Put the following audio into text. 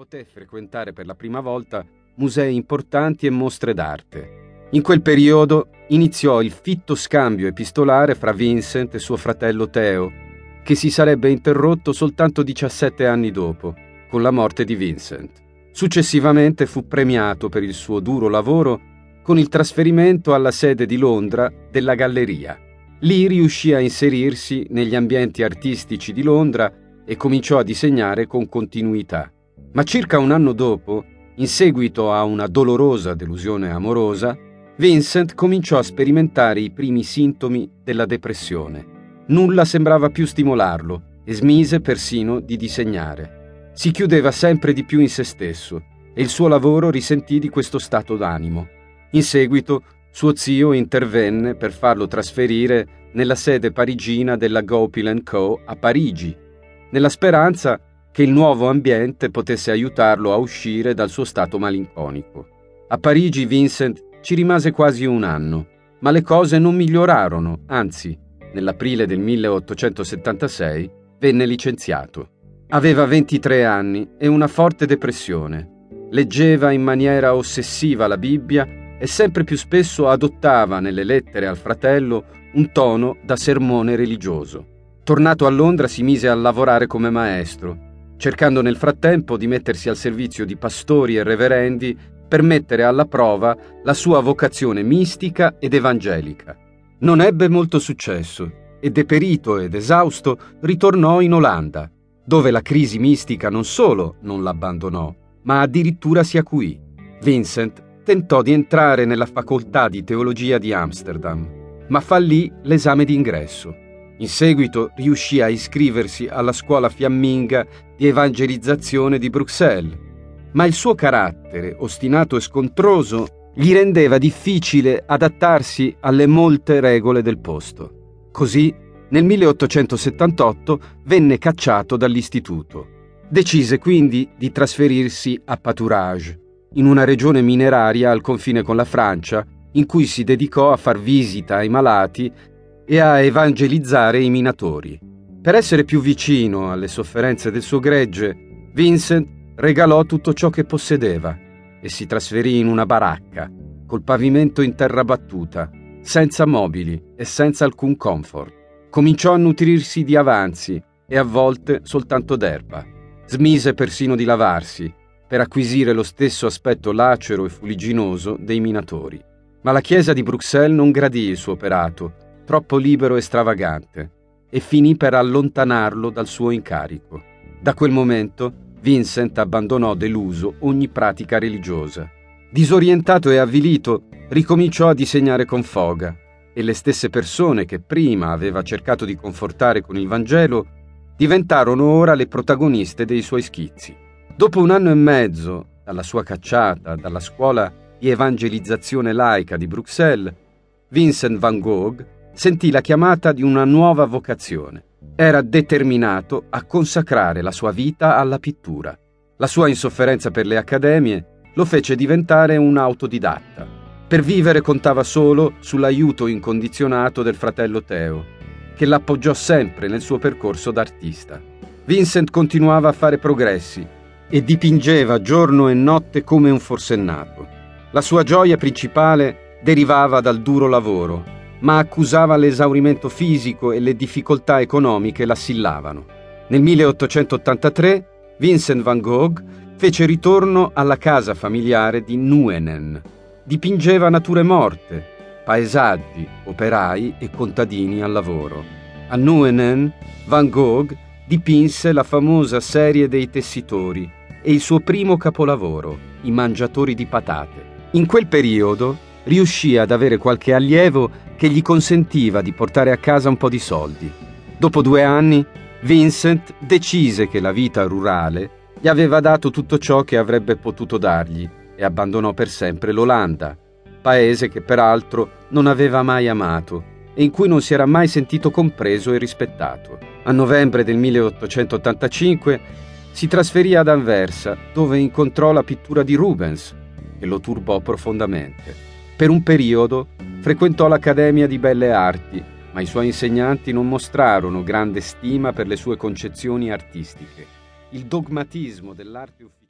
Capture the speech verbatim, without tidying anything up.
poté frequentare per la prima volta musei importanti e mostre d'arte. In quel periodo iniziò il fitto scambio epistolare fra Vincent e suo fratello Theo, che si sarebbe interrotto soltanto diciassette anni dopo, con la morte di Vincent. Successivamente fu premiato per il suo duro lavoro con il trasferimento alla sede di Londra della Galleria. Lì riuscì a inserirsi negli ambienti artistici di Londra e cominciò a disegnare con continuità. Ma circa un anno dopo, in seguito a una dolorosa delusione amorosa, Vincent cominciò a sperimentare i primi sintomi della depressione. Nulla sembrava più stimolarlo e smise persino di disegnare. Si chiudeva sempre di più in se stesso e il suo lavoro risentì di questo stato d'animo. In seguito, suo zio intervenne per farlo trasferire nella sede parigina della Goupil and Co. a Parigi, nella speranza che il nuovo ambiente potesse aiutarlo a uscire dal suo stato malinconico. A Parigi Vincent ci rimase quasi un anno, ma le cose non migliorarono, anzi, nell'aprile del milleottocentosettantasei venne licenziato. Aveva ventitré anni e una forte depressione. Leggeva in maniera ossessiva la Bibbia e sempre più spesso adottava nelle lettere al fratello un tono da sermone religioso. Tornato a Londra si mise a lavorare come maestro, cercando nel frattempo di mettersi al servizio di pastori e reverendi per mettere alla prova la sua vocazione mistica ed evangelica. Non ebbe molto successo e, deperito ed esausto, ritornò in Olanda, dove la crisi mistica non solo non l'abbandonò, ma addirittura si acuì. Vincent tentò di entrare nella facoltà di teologia di Amsterdam, ma fallì l'esame d'ingresso. In seguito riuscì a iscriversi alla scuola fiamminga di evangelizzazione di Bruxelles, ma il suo carattere, ostinato e scontroso, gli rendeva difficile adattarsi alle molte regole del posto. Così, nel milleottocentosettantotto, venne cacciato dall'istituto. Decise quindi di trasferirsi a Pâturage, in una regione mineraria al confine con la Francia, in cui si dedicò a far visita ai malati e a evangelizzare i minatori. Per essere più vicino alle sofferenze del suo gregge, Vincent regalò tutto ciò che possedeva e si trasferì in una baracca, col pavimento in terra battuta, senza mobili e senza alcun comfort. Cominciò a nutrirsi di avanzi e a volte soltanto d'erba. Smise persino di lavarsi, per acquisire lo stesso aspetto lacero e fuligginoso dei minatori. Ma la chiesa di Bruxelles non gradì il suo operato, troppo libero e stravagante, e finì per allontanarlo dal suo incarico. Da quel momento Vincent abbandonò deluso ogni pratica religiosa. Disorientato e avvilito, ricominciò a disegnare con foga, e le stesse persone che prima aveva cercato di confortare con il Vangelo diventarono ora le protagoniste dei suoi schizzi. Dopo un anno e mezzo dalla sua cacciata dalla scuola di evangelizzazione laica di Bruxelles, Vincent van Gogh sentì la chiamata di una nuova vocazione. Era determinato a consacrare la sua vita alla pittura. La sua insofferenza per le accademie lo fece diventare un autodidatta. Per vivere contava solo sull'aiuto incondizionato del fratello Theo, che l'appoggiò sempre nel suo percorso d'artista. Vincent continuava a fare progressi e dipingeva giorno e notte come un forsennato. La sua gioia principale derivava dal duro lavoro, ma accusava l'esaurimento fisico e le difficoltà economiche l'assillavano. Nel milleottocentottantatré Vincent van Gogh fece ritorno alla casa familiare di Nuenen. Dipingeva nature morte, paesaggi, operai e contadini al lavoro. A Nuenen Van Gogh dipinse la famosa serie dei tessitori e il suo primo capolavoro, I mangiatori di patate. In quel periodo riuscì ad avere qualche allievo che gli consentiva di portare a casa un po' di soldi. Dopo due anni, Vincent decise che la vita rurale gli aveva dato tutto ciò che avrebbe potuto dargli e abbandonò per sempre l'Olanda, paese che peraltro non aveva mai amato e in cui non si era mai sentito compreso e rispettato. A novembre del milleottocentottantacinque si trasferì ad Anversa, dove incontrò la pittura di Rubens, che lo turbò profondamente. Per un periodo frequentò l'Accademia di Belle Arti, ma i suoi insegnanti non mostrarono grande stima per le sue concezioni artistiche. Il dogmatismo dell'arte ufficiale